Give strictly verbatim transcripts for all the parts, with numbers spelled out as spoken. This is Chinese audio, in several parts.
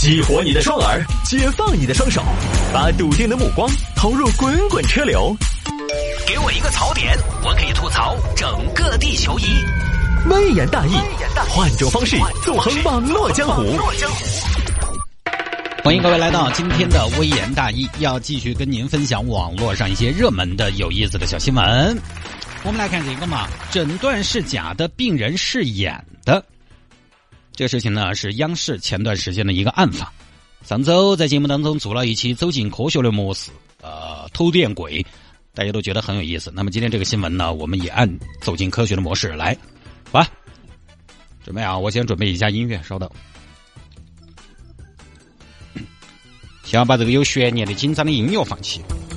激活你的双耳，解放你的双手，把笃定的目光投入滚滚车流。 给我一个槽点，我可以吐槽整个地球仪。 微言大义，换种方式纵横网络江湖。 欢迎各位来到今天的微言大义，要继续跟您分享网络上一些热门的有意思的小新闻。我们来看这个嘛，诊断是假的，病人是演的。这个事情呢，是央视前段时间的一个案发。上周在节目当中做了一期走进科学的模式，呃，偷电鬼，大家都觉得很有意思。那么今天这个新闻呢，我们也按走进科学的模式来，好吧？准备啊，我先准备一下音乐，稍等。先要把这个有悬念的紧张的音乐放弃。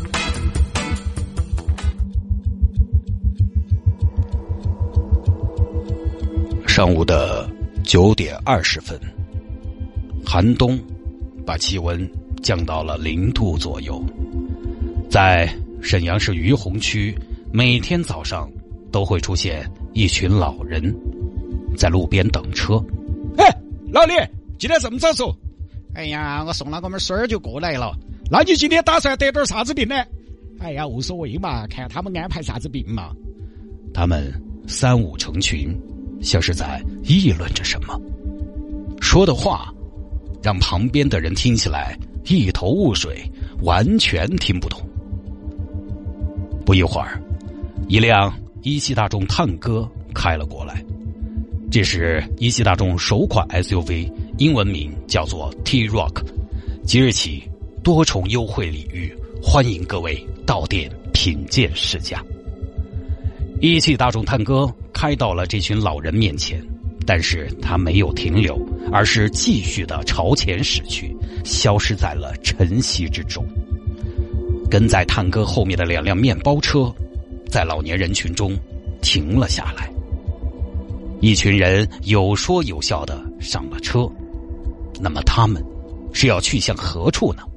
上午的九点二十分，寒冬把气温降到了零度左右。在沈阳市于洪区，每天早上都会出现一群老人在路边等车。 哎，老李，今天这么早说？ 哎呀，我送了我们孙儿就过来了。 那你今天打算得点啥子病呢？哎呀，无所谓嘛，看他们安排啥子病嘛。 他们三五成群，像是在议论着什么，说的话让旁边的人听起来一头雾水，完全听不懂。不一会儿，一辆一汽大众探歌开了过来，这是一汽大众首款 S U V， 英文名叫做 T-Roc， 即日起多重优惠礼遇，欢迎各位到店品鉴试驾。一汽大众探歌开到了这群老人面前，但是他没有停留，而是继续的朝前驶去，消失在了晨曦之中。跟在探歌后面的两辆面包车在老年人群中停了下来，一群人有说有笑的上了车。那么他们是要去向何处呢？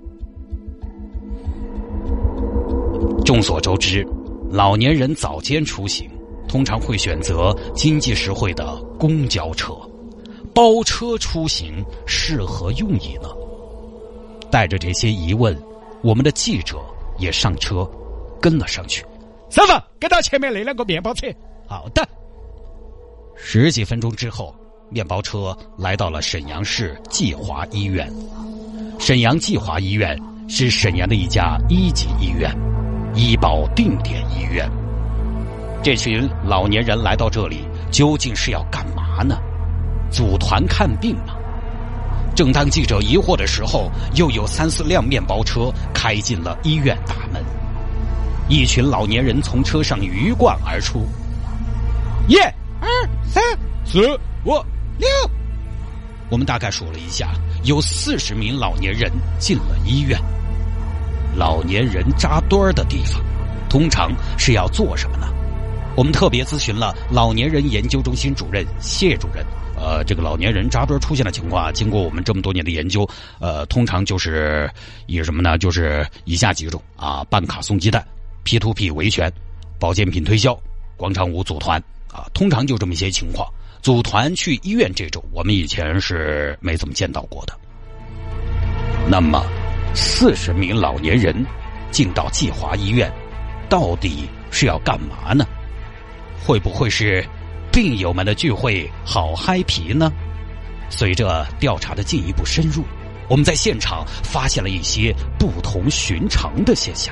众所周知，老年人早间出行通常会选择经济实惠的公交车，包车出行是何用意呢？带着这些疑问，我们的记者也上车跟了上去。 师傅，跟到前面那两个面包车。 好的。十几分钟之后，面包车来到了沈阳市济华医院。沈阳济华医院是沈阳的一家一级医院，医保定点医院。这群老年人来到这里究竟是要干嘛呢？组团看病吗？正当记者疑惑的时候，又有三四辆面包车开进了医院大门。一群老年人从车上鱼贯而出。 一、二、三、四、五、六。 我们大概数了一下，有四十名老年人进了医院。老年人扎堆儿的地方，通常是要做什么呢？我们特别咨询了老年人研究中心主任谢主任。呃，这个老年人扎堆出现的情况啊，经过我们这么多年的研究，呃，通常就是以什么呢？就是以下几种啊：办卡送鸡蛋、P to P 维权、保健品推销、广场舞组团啊，通常就这么一些情况。组团去医院这种，我们以前是没怎么见到过的。那么，四十名老年人进到济华医院，到底是要干嘛呢？会不会是病友们的聚会好嗨皮呢？随着调查的进一步深入，我们在现场发现了一些不同寻常的现象。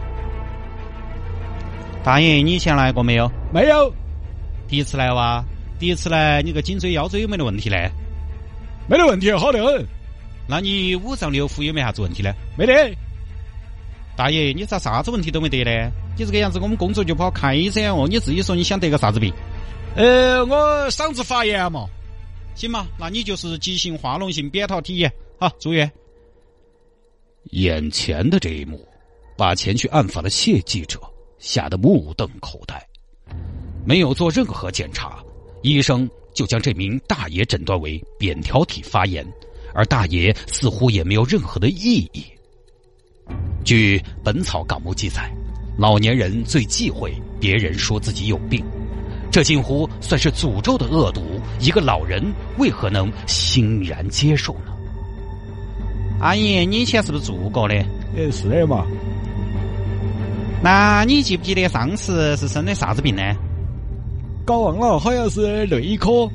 大爷，你以前来过没有？ 没有。 第一次来哇？第一次来，你个颈椎腰椎有没得问题呢？ 没得问题，好得很。 那你五脏六腑有没啥子问题呢？ 没得。 大爷，你咋啥子问题都没得呢？你这个样子我们工作就不好开噻哦。你自己说你想得个啥子病？ 呃，我嗓子发炎嘛。 行嘛，那你就是急性化脓性扁桃体炎。好，住院。眼前的这一幕，把前去案发的谢记者吓得目瞪口呆。没有做任何检查，医生就将这名大爷诊断为扁桃体发炎，而大爷似乎也没有任何的异议。据《本草纲目》记载，老年人最忌讳别人说自己有病，这近乎算是诅咒的恶毒，一个老人为何能欣然接受呢？ 阿姨，你以前是不是住过的？ 哎，是的嘛。 那你记不记得上次是生的啥子病呢？ 搞忘了，好像是内科。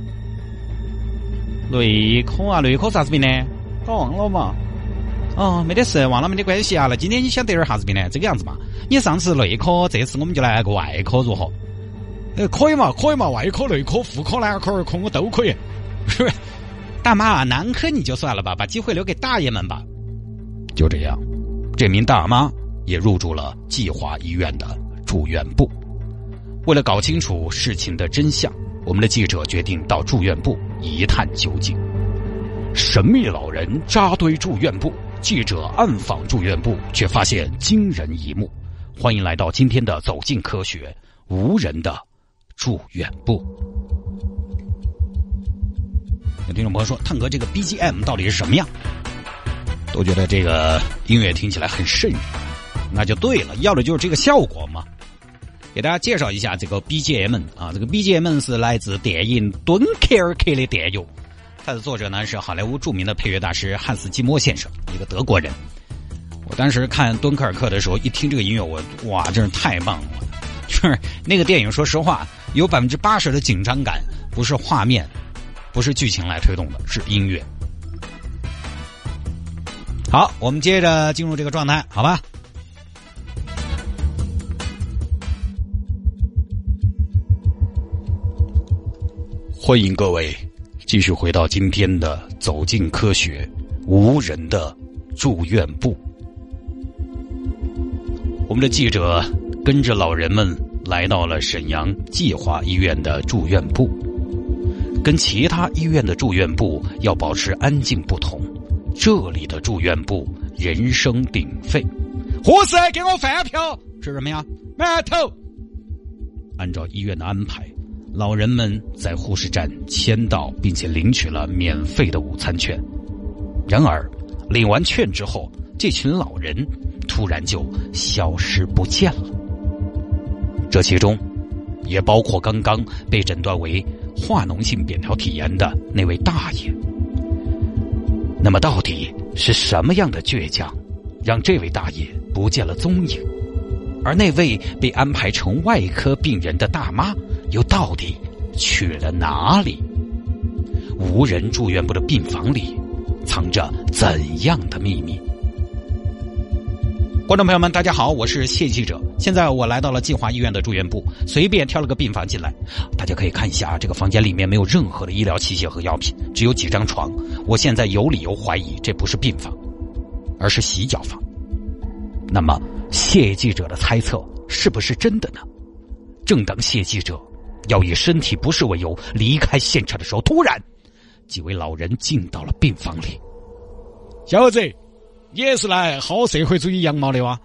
内科啊，内科啥子病呢？ 搞忘了嘛。 哦，没得事，忘了没得关系啊。那今天你想得点啥子病呢？这个样子嘛，你上次内科，这次我们就来个外科，如何？ 呃，可以嘛，可以嘛，外科、内科、妇科、男科、儿科我都可以。是不是？ 大妈，男科你就算了吧，把机会留给大爷们吧。就这样，这名大妈也入住了济华医院的住院部。为了搞清楚事情的真相，我们的记者决定到住院部一探究竟。神秘老人扎堆住院部，记者暗访住院部，却发现惊人一幕。欢迎来到今天的走进科学，无人的住院部。有听众朋友说，探哥这个 B G M 到底是什么样？都觉得这个音乐听起来很瘆人，那就对了，要的就是这个效果嘛。给大家介绍一下这个 B G M 啊，这个 B G M 是来自电影《敦刻尔克》的电乐，它的作者呢是好莱坞著名的配乐大师汉斯季默先生，一个德国人。我当时看《敦刻尔克》的时候，一听这个音乐，我哇，真是太棒了！就是那个电影，说实话，有百分之八十的紧张感不是画面，不是剧情来推动的，是音乐。好，我们接着进入这个状态，好吧？欢迎各位继续回到今天的走进科学无人的住院部。我们的记者跟着老人们来到了沈阳济华医院的住院部。跟其他医院的住院部要保持安静不同，这里的住院部人声鼎沸。 护士，给我饭票。 吃什么呀？ 馒头。 按照医院的安排，老人们在护士站签到，并且领取了免费的午餐券。然而，领完券之后，这群老人突然就消失不见了。这其中，也包括刚刚被诊断为化脓性扁桃体炎的那位大爷。那么，到底是什么样的倔强，让这位大爷不见了踪影？而那位被安排成外科病人的大妈，又到底去了哪里？无人住院部的病房里，藏着怎样的秘密？观众朋友们，大家好，我是谢记者。现在我来到了济华医院的住院部，随便挑了个病房进来。大家可以看一下，这个房间里面没有任何的医疗器械和药品，只有几张床。我现在有理由怀疑，这不是病房，而是洗脚房。那么，谢记者的猜测是不是真的呢？正当谢记者要以身体不适为由离开现场的时候，突然，几位老人进到了病房里。 小伙子，你也是来好社会主义羊毛的哇？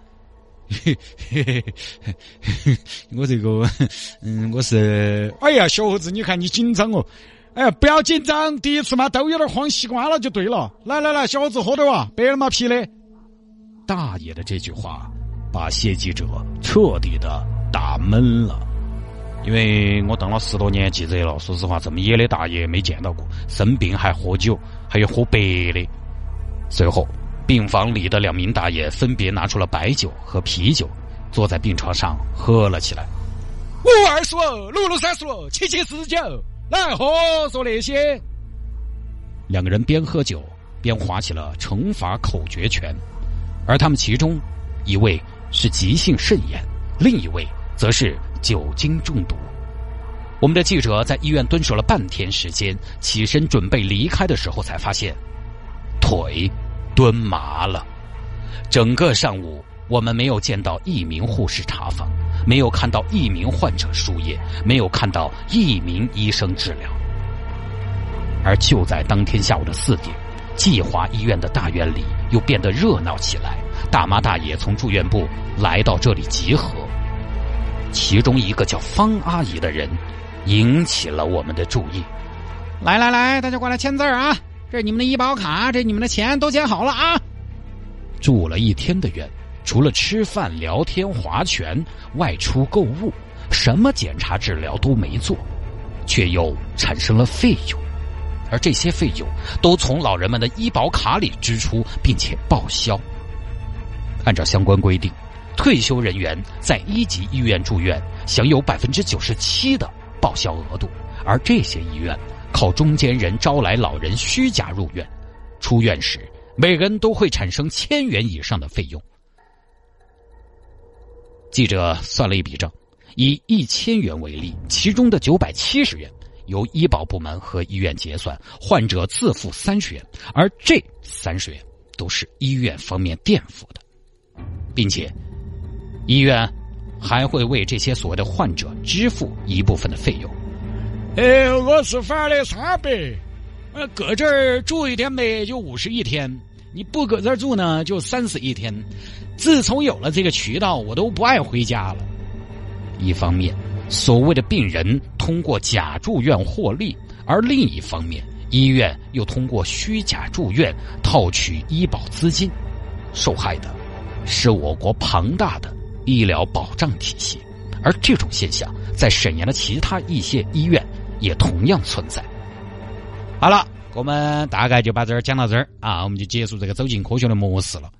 我这个，嗯，我是…… 哎呀，小伙子，你看你紧张哦。哎呀，不要紧张，第一次嘛都有点慌，习惯了就对了。来来来，小伙子喝点哇，白了嘛皮的。 大爷的这句话把谢记者彻底的打闷了，因为我当了十多年记者了，说实话，这么野的大爷没见到过，生病还喝酒，还有喝白的。随后，病房里的两名大爷分别拿出了白酒和啤酒，坐在病床上喝了起来。 五二十五，六六三十六，七七四十九，来喝说那些。 两个人边喝酒边划起了惩罚口诀拳，而他们其中一位是急性肾炎，另一位则是酒精中毒。我们的记者在医院蹲守了半天时间，起身准备离开的时候，才发现腿蹲麻了。整个上午，我们没有见到一名护士查房，没有看到一名患者输液，没有看到一名医生治疗。而就在当天下午的四点，济华医院的大院里又变得热闹起来，大妈大爷从住院部来到这里集合。其中一个叫方阿姨的人引起了我们的注意。 来来来，大家过来签字啊！这是你们的医保卡，这是你们的钱，都签好了啊！ 住了一天的院，除了吃饭、聊天、划拳、外出购物，什么检查治疗都没做，却又产生了费用。 而这些费用都从老人们的医保卡里支出，并且报销。按照相关规定，退休人员在一级医院住院享有 百分之九十七 的报销额度，而这些医院靠中间人招来老人虚假入院，出院时每人都会产生千元以上的费用。记者算了一笔账，以一千元为例，其中的九百七十元由医保部门和医院结算，患者自付三十元，而这三十元都是医院方面垫付的，并且医院还会为这些所谓的患者支付一部分的费用。 哎，我是发的三百，呃，搁这儿住一天呗，就五十一天；你不搁这儿住呢，就三十一天。自从有了这个渠道，我都不爱回家了。 一方面，所谓的病人通过假住院获利，而另一方面，医院又通过虚假住院套取医保资金，受害的是我国庞大的医疗保障体系。而这种现象在沈阳的其他一些医院也同样存在。好了，我们大概就把这儿讲到这儿啊，我们就结束这个走进科学的模式了。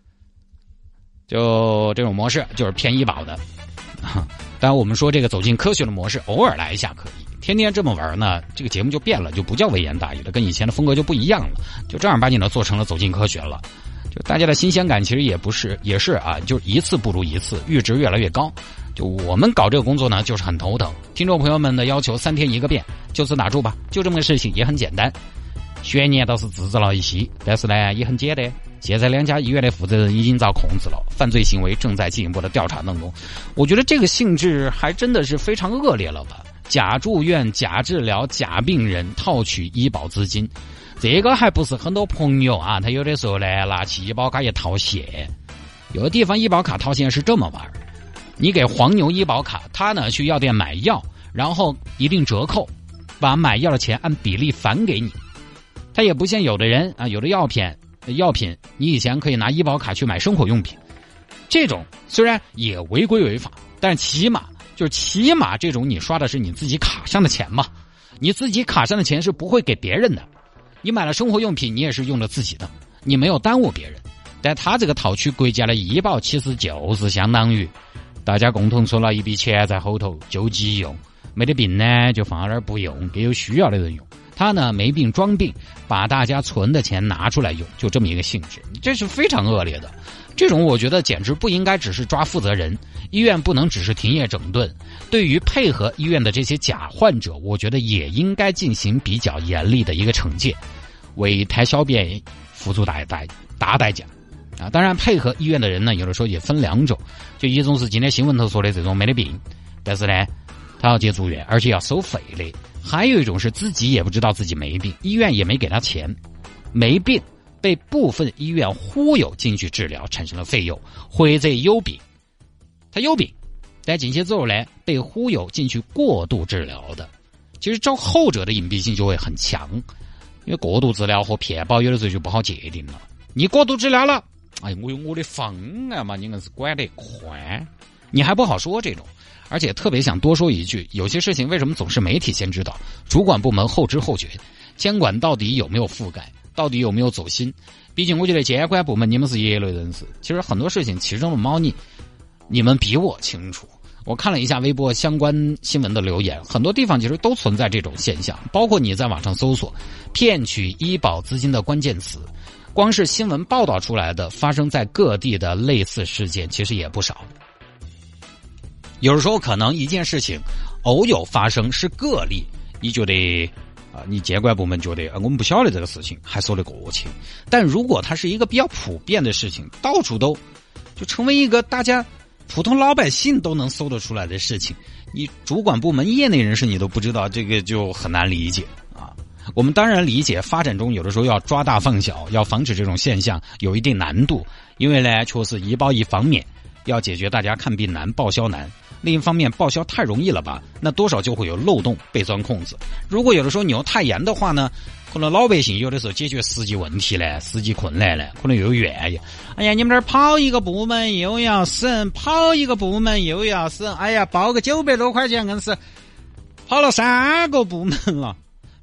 就这种模式就是偏医保的，当然我们说这个走进科学的模式偶尔来一下可以，天天这么玩呢，这个节目就变了，就不叫微言大义了，跟以前的风格就不一样了，就正儿八经的做成了走进科学了。就大家的新鲜感其实也不是也是啊，就一次不如一次，阈值越来越高。就我们搞这个工作呢，就是很头疼。听众朋友们的要求三天一个遍，就此打住吧，就这么个事情也很简单。悬念倒是制造了一些，但是呢也很简单。现在两家医院的负责人已经遭控制了，犯罪行为正在进一步的调查当中。我觉得这个性质还真的是非常恶劣了吧？假住院、假治疗、假病人套取医保资金，这个还不是很多朋友啊，他有的时候呢拿起医保卡也套现。有的地方医保卡套现是这么玩，你给黄牛医保卡，他呢去药店买药，然后一定折扣，把买药的钱按比例返给你。他也不像有的人啊，有的药品药品你以前可以拿医保卡去买生活用品，这种虽然也违规违法，但是起码就是起码这种你刷的是你自己卡上的钱嘛，你自己卡上的钱是不会给别人的，你买了生活用品你也是用了自己的，你没有耽误别人。但他这个套取国家的医保，其实就是相当于大家共同存了一笔钱在后头救急用，没得病呢就放在那儿不用，给有需要的人用。他呢没病装病，把大家存的钱拿出来用，就这么一个性质，这是非常恶劣的。这种我觉得简直不应该只是抓负责人，医院不能只是停业整顿，对于配合医院的这些假患者，我觉得也应该进行比较严厉的一个惩戒，为贪小便宜付出大代大代价啊！当然配合医院的人呢，有的时候也分两种，就一种是今天新闻头说的这种没得病，但是呢他要接住院而且要收费的，还有一种是自己也不知道自己没病，医院也没给他钱，没病被部分医院忽悠进去治疗，产生了费用，或者有病，他有病，但进去之后呢，被忽悠进去过度治疗的，其实照后者的隐蔽性就会很强，因为过度治疗和骗保有的时候就不好界定了。你过度治疗了，哎，我有我的方案嘛，你硬是管得宽，你还不好说这种。而且特别想多说一句，有些事情为什么总是媒体先知道，主管部门后知后觉，监管到底有没有覆盖，到底有没有走心？毕竟我觉得监管部门你们是业内人士，其实很多事情其中的猫腻你们比我清楚。我看了一下微博相关新闻的留言，很多地方其实都存在这种现象，包括你在网上搜索骗取医保资金的关键词，光是新闻报道出来的发生在各地的类似事件其实也不少。有的时候可能一件事情偶有发生是个例，你觉得啊、呃，你监管部门觉得啊、呃，我们不晓得这个事情还说得过去。但如果它是一个比较普遍的事情，到处都就成为一个大家普通老百姓都能搜得出来的事情，你主管部门业内人士你都不知道，这个就很难理解啊。我们当然理解发展中有的时候要抓大放小，要防止这种现象有一定难度，因为呢确实医保一方面要解决大家看病难报销难，另一方面报销太容易了吧，那多少就会有漏洞被钻空子。如果有的时候你又太严的话呢，可能老百姓有的时候解决实际问题呢，实际困难呢，可能又有怨言，哎呀你们这儿跑一个部门又要省，跑一个部门又要省，哎呀报个九百多块钱硬是跑了三个部门了，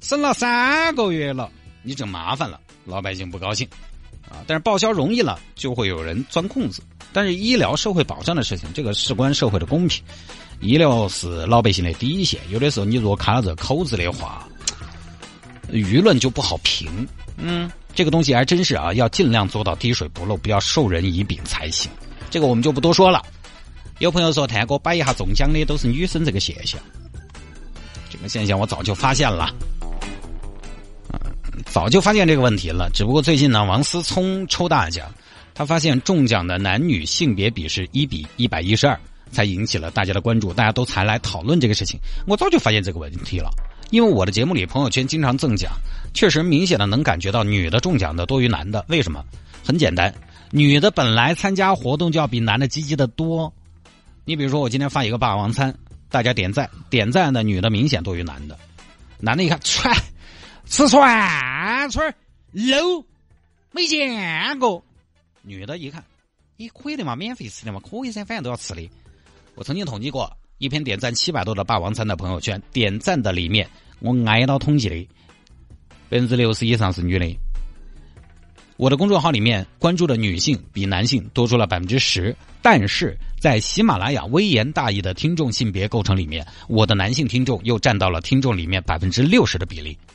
省了三个月了，你整麻烦了，老百姓不高兴啊。但是报销容易了，就会有人钻空子。但是医疗社会保障的事情，这个事关社会的公平，医疗是老百姓的底线。有的时候你如果看了这个口子的话，舆论就不好评。嗯，这个东西还真是啊，要尽量做到滴水不漏，不要授人以柄才行。这个我们就不多说了。有朋友说泰国摆一下中奖的都是女生这个现象，这个现象我早就发现了，嗯，早就发现这个问题了。只不过最近呢，王思聪抽大奖，他发现中奖的男女性别比是一比一百一十二，才引起了大家的关注，大家都才来讨论这个事情。我早就发现这个问题了，因为我的节目里朋友圈经常赠奖，确实明显的能感觉到女的中奖的多于男的。为什么？很简单，女的本来参加活动就要比男的积极的多。你比如说我今天发一个霸王餐，大家点赞，点赞的女的明显多于男的。男的一看，串吃串串 low 没见过。女的一看，你可以的嘛，免费吃的嘛，可以噻，反正都要吃的。我曾经统计过一篇点赞七百多的霸王餐的朋友圈，点赞的里面我挨到统计的百分之六十以上是女的。我的公众号里面关注的女性比男性多出了百分之十，但是在喜马拉雅微言大义的听众性别构成里面，我的男性听众又占到了听众里面百分之六十的比例。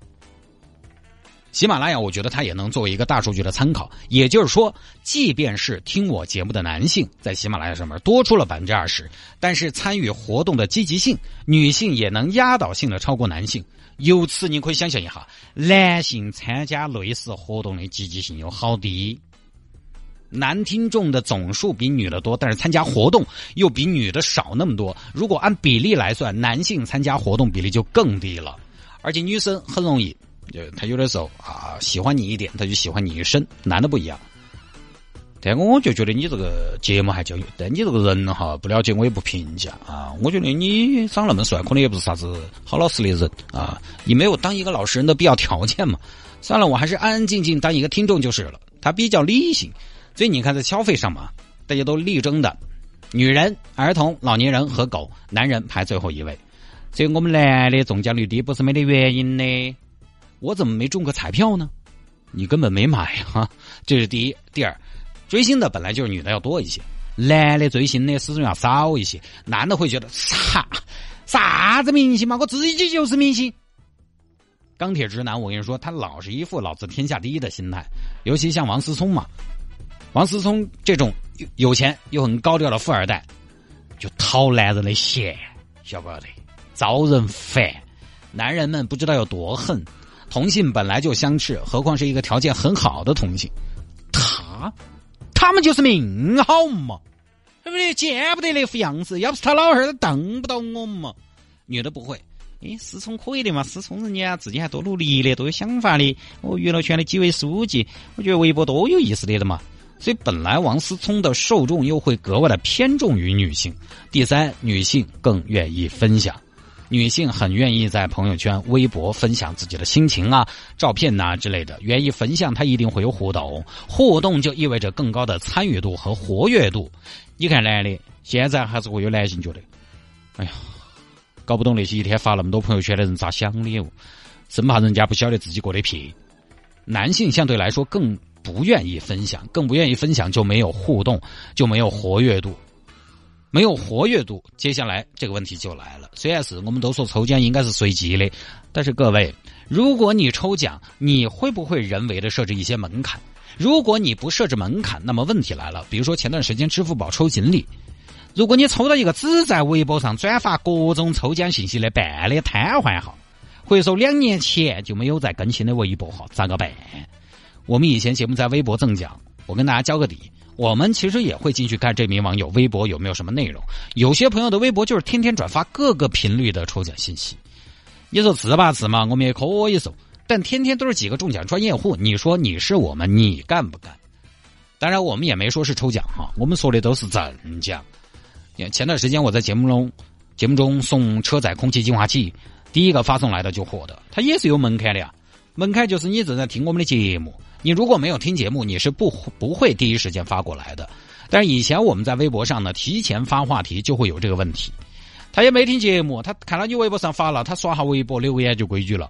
喜马拉雅我觉得它也能作为一个大数据的参考，也就是说，即便是听我节目的男性在喜马拉雅上面多出了百分之二十，但是参与活动的积极性，女性也能压倒性的超过男性。由此你可以想象一下，男性参加类似活动的积极性有好低。男听众的总数比女的多，但是参加活动又比女的少那么多。如果按比例来算，男性参加活动比例就更低了。而且女生很容易，他有的时候啊喜欢你一点，他就喜欢你一生，男的不一样。但我就觉得你这个节目还叫有，但你这个人哈不了解我也不评价啊。我觉得你长那么帅，可能也不是啥子好老实的人啊，你没有当一个老实人的必要条件嘛。算了，我还是安安静静当一个听众就是了。他比较理性，所以你看在消费上嘛，大家都力争的，女人、儿童、老年人和狗，男人排最后一位。所以我们男的中奖率低不是没得原因的。我怎么没中个彩票呢？你根本没买啊，这是第一。第二，追星的本来就是女的要多一些，男的追星的始终要少一些。男的会觉得啥啥子明星嘛，我自己就是明星。钢铁直男，我跟你说，他老是一副老子天下第一的心态，尤其像王思聪嘛，王思聪这种有钱又很高调的富二代，就讨男人的嫌，晓不晓得？招人烦，男人们不知道有多恨。同性本来就相斥，何况是一个条件很好的同性，他他们就是命好嘛，对不对？见不得那副样子，要不是他老汉儿瞪不到我嘛。女的不会，诶，思聪可以的嘛，思聪人家自己还多努力的，多有想法的。我娱乐圈的几位书记，我觉得微博多有意思的嘛。所以本来王思聪的受众又会格外的偏重于女性。第三，女性更愿意分享。女性很愿意在朋友圈、微博分享自己的心情啊、照片呐、啊、之类的，愿意分享，她一定会有互动，互动就意味着更高的参与度和活跃度。你看男的，现在还是会有男性觉得，哎呀，搞不懂那些一天发那么多朋友圈的人咋想的哦，生怕人家不晓得自己过得撇。男性相对来说更不愿意分享，更不愿意分享就没有互动，就没有活跃度。没有活跃度，接下来这个问题就来了。虽然是我们都说抽奖应该是随机的，但是各位，如果你抽奖，你会不会人为的设置一些门槛？如果你不设置门槛，那么问题来了。比如说前段时间支付宝抽锦鲤，如果你抽到一个只在微博上转发各种抽奖信息的办的瘫痪号，回收两年前就没有再更新的微博号，咋个办？我们以前节目在微博赠奖，我跟大家交个底。我们其实也会进去看这名网友微博有没有什么内容，有些朋友的微博就是天天转发各个频率的抽奖信息。你说是吧是嘛，我们也可以说，但天天都是几个中奖专业户，你说你是我们，你干不干？当然我们也没说是抽奖哈，我们说的都是赠奖。前段时间我在节目中节目中送车载空气净化器，第一个发送来的就获得，它也是有门槛的呀。门槛就是你正在听我们的节目，你如果没有听节目，你是不不会第一时间发过来的。但是以前我们在微博上呢，提前发话题就会有这个问题。他也没听节目，他看到你微博上发了，他刷下微博留言就规矩了。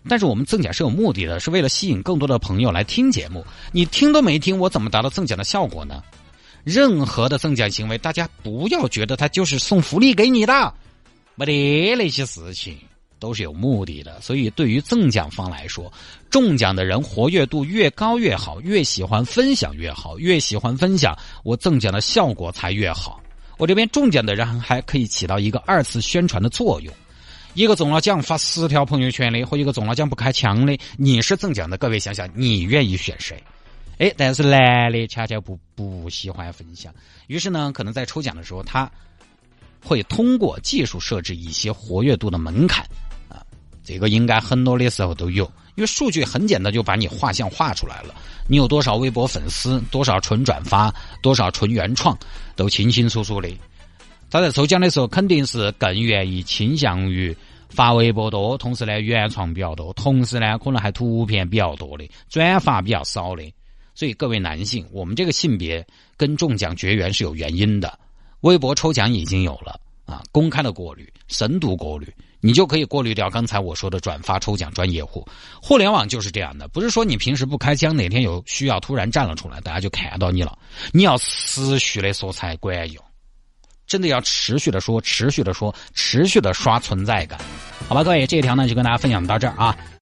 但是我们赠奖是有目的的，是为了吸引更多的朋友来听节目。你听都没听，我怎么达到赠奖的效果呢？任何的赠奖行为，大家不要觉得它就是送福利给你的，没得那些事情都是有目的的。所以对于赠奖方来说，中奖的人活跃度越高越好，越喜欢分享越好，越喜欢分享，我赠奖的效果才越好。我这边中奖的人还可以起到一个二次宣传的作用。一个中了奖发十条朋友圈的，和一个中了奖不开枪的，你是赠奖的，各位想想你愿意选谁？哎，但是男的恰恰不不喜欢分享，于是呢，可能在抽奖的时候，他会通过技术设置一些活跃度的门槛啊，这个应该很多的时候都有，因为数据很简单就把你画像画出来了，你有多少微博粉丝，多少纯转发，多少纯原创，都清清楚楚的。他在抽奖的时候肯定是更愿意倾向于发微博多，同时呢原创比较多，同时呢可能还图片比较多的，转发比较少的。所以各位男性，我们这个性别跟中奖绝缘是有原因的。微博抽奖已经有了啊，公开的过滤，深度过滤，你就可以过滤掉刚才我说的转发抽奖专业户。互联网就是这样的，不是说你平时不开枪，哪天有需要突然站了出来，大家就看到你了。你要持续的说才管用，真的要持续的说，持续的说，持续的刷存在感。好吧，各位，这一条呢就跟大家分享到这儿啊。